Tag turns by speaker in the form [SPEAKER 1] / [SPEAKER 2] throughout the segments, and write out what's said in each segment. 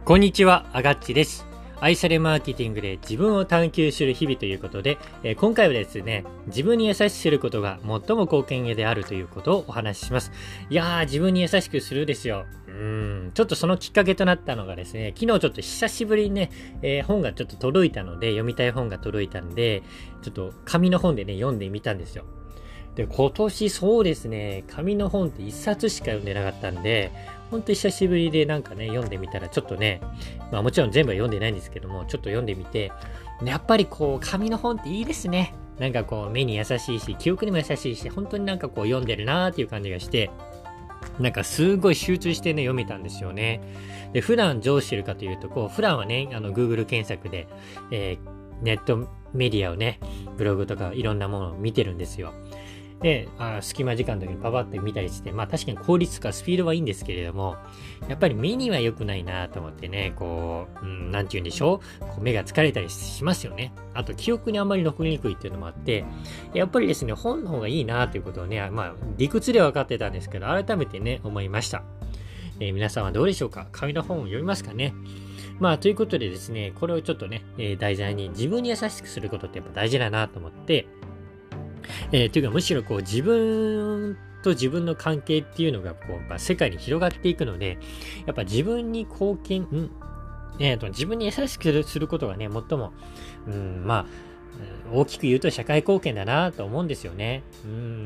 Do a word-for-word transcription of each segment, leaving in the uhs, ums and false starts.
[SPEAKER 1] こんにちは、あがっちです。愛されマーケティングで自分を探求する日々ということで、えー、今回はですね、自分に優しくすることが最も貢献であるということをお話しします。いやー、自分に優しくするですよ。うーん、ちょっとそのきっかけとなったのがですね、昨日ちょっと久しぶりにね、えー、本がちょっと届いたので、読みたい本が届いたんで、ちょっと紙の本でね、読んでみたんですよ。で、今年そうですね、紙の本って一冊しか読んでなかったんで、ほんと久しぶりでなんかね、読んでみたらちょっとね、まあもちろん全部は読んでないんですけども、ちょっと読んでみて、やっぱりこう、紙の本っていいですね。なんかこう、目に優しいし、記憶にも優しいし、本当になんかこう、読んでるなーっていう感じがして、なんかすごい集中してね、読めたんですよね。で、普段どうしてるかというと、こう、普段はね、あの、Google 検索で、えー、ネットメディアをね、ブログとかいろんなものを見てるんですよ。で、あ隙間時間の時にパパって見たりして、まあ確かに効率とかスピードはいいんですけれども、やっぱり目には良くないなと思ってね、こう、うん、なんて言うんでしょう、こう目が疲れたりしますよね。あと記憶にあんまり残りにくいっていうのもあって、やっぱりですね、本の方がいいなということをね、まあ理屈では分かってたんですけど、改めてね、思いました。えー、皆さんはどうでしょうか？紙の本を読みますかね？まあということでですね、これをちょっとね、えー、題材に自分に優しくすることってやっぱ大事だなと思って、えー、というかむしろこう自分と自分の関係っていうのがこうやっぱ世界に広がっていくので、やっぱ自分に貢献、んえー、と自分に優しくすることがね、最も、うん、まあ、大きく言うと社会貢献だなと思うんですよね。うん、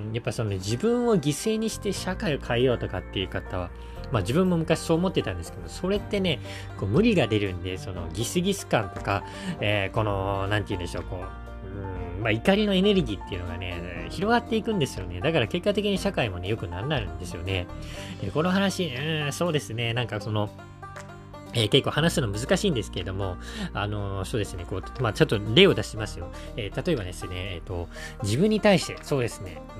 [SPEAKER 1] やっぱその自分を犠牲にして社会を変えようとかっていう方は、まあ自分も昔そう思ってたんですけど、それってね、こう無理が出るんで、そのギスギス感とか、えー、この、なんて言うんでしょう、こう、うんまあ、怒りのエネルギーっていうのがね、広がっていくんですよね。だから結果的に社会もね、良くなるんですよね。でこの話、うん、そうですね、なんかその、えー、結構話すの難しいんですけれども、あのー、そうですね、こう、まあ、ちょっと例を出しますよ。えー、例えばですね、えっと、自分に対して、そうですね、うん、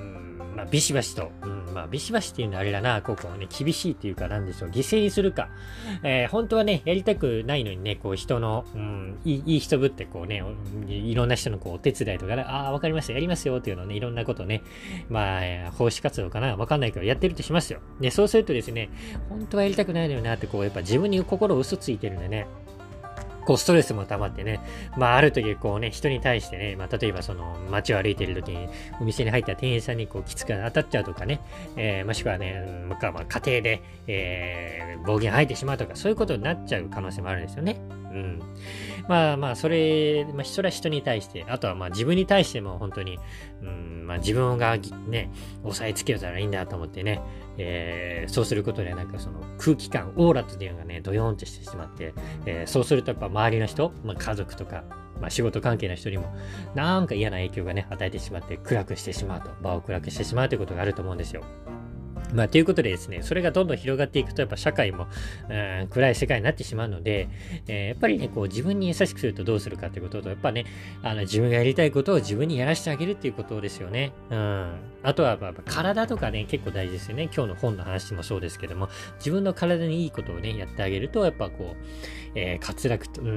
[SPEAKER 1] まあ、ビシバシと、うん、まあ、ビシバシっていうのはあれだな、こう、こうね、厳しいっていうか、なんでしょう、犠牲にするか。えー、本当はね、やりたくないのにね、こう、人の、うん、いい、いい人ぶって、こうね、いろんな人のこう、お手伝いとかね、ああ、わかりました、やりますよっていうのをね、いろんなことね、まあ、奉仕活動かな、わかんないけど、やってるとしますよ。で、そうするとですね、本当はやりたくないのよなって、こう、やっぱ自分に心を嘘ついてるんでね、こうストレスも溜まってね、まあある時こうね、人に対してね、まあ例えばその街を歩いてる時にお店に入った店員さんにこうきつく当たっちゃうとかね、えー、もしくはね、まあ、まあ家庭で、えー、暴言吐いてしまうとか、そういうことになっちゃう可能性もあるんですよね。うん。まあまあ、それ、まあ、それは人に対して、あとはまあ自分に対しても本当に、うん、まあ自分がね、押さえつけたらいいんだと思ってね、えー、そうすることでなんかその空気感、オーラっていうのがね、ドヨーンとしてしまって、えー、そうするとやっぱ周りの人、まあ家族とか、まあ仕事関係の人にも、なんか嫌な影響がね、与えてしまって、暗くしてしまうと、場を暗くしてしまうということがあると思うんですよ。まあ、ということでですね、それがどんどん広がっていくと、やっぱ社会も、うん、暗い世界になってしまうので、えー、やっぱりね、こう自分に優しくするとどうするかということと、やっぱね、あの自分がやりたいことを自分にやらせてあげるっていうことですよね。うん。あとは、まあ、体とかね、結構大事ですよね。今日の本の話もそうですけども、自分の体にいいことをね、やってあげると、やっぱこう、えー、滑落と、うん、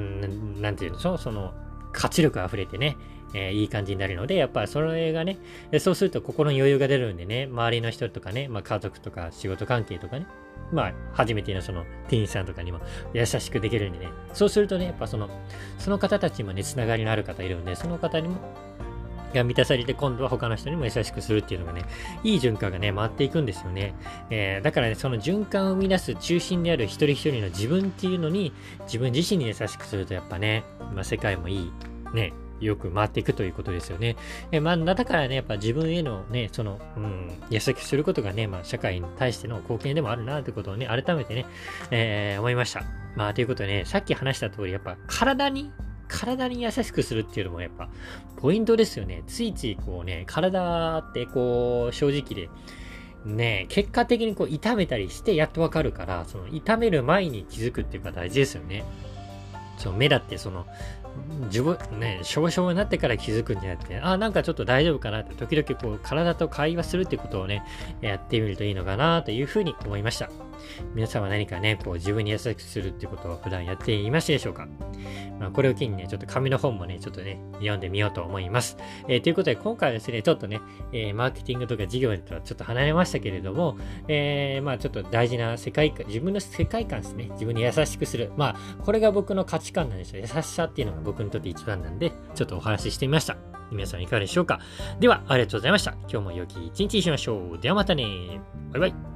[SPEAKER 1] なんていうの、その、活力あふれてね、えー、いい感じになるので、やっぱそれがね、そうすると心に余裕が出るんでね、周りの人とかね、まあ家族とか仕事関係とかね、まあ初めてのその店員さんとかにも優しくできるんでね、そうするとね、やっぱその、その方たちもね、つながりのある方いるんで、その方にも、が満たされて今度は他の人にも優しくするっていうのがね、いい循環がね、回っていくんですよね。えー、だからね、その循環を生み出す中心である一人一人の自分っていうのに、自分自身に優しくするとやっぱね、まあ世界もいい、ね、よく回っていくということですよね。えまあ、だからね、やっぱ自分へのね、その、うん、優しくすることがね、まあ、社会に対しての貢献でもあるなということをね、改めてね、えー、思いました。まあ、ということでね、さっき話した通り、やっぱ体に、体に優しくするっていうのもやっぱ、ポイントですよね。ついついこうね、体ってこう、正直で、ね、結果的にこう、痛めたりしてやっとわかるから、その、痛める前に気づくっていうか大事ですよね。そう、目だってその、 自分ね、しょぼしょぼになってから気づくんじゃなくて、あ、なんかちょっと大丈夫かなって、時々こう、体と会話するってことをね、やってみるといいのかなというふうに思いました。皆さんは何かね、こう、自分に優しくするってことを普段やっていましたでしょうか？まあ、これを機にね、ちょっと紙の本もね、ちょっとね、読んでみようと思います。えーということで、今回はですね、ちょっとね、えーマーケティングとか事業とはちょっと離れましたけれども、えーまあ、ちょっと大事な世界観、自分の世界観ですね、自分に優しくする。まあ、これが僕の価値観なんですよ。優しさっていうのが僕にとって一番なんで、ちょっとお話ししてみました。皆さんいかがでしょうか？では、ありがとうございました。今日も良き一日にしましょう。ではまたね。バイバイ。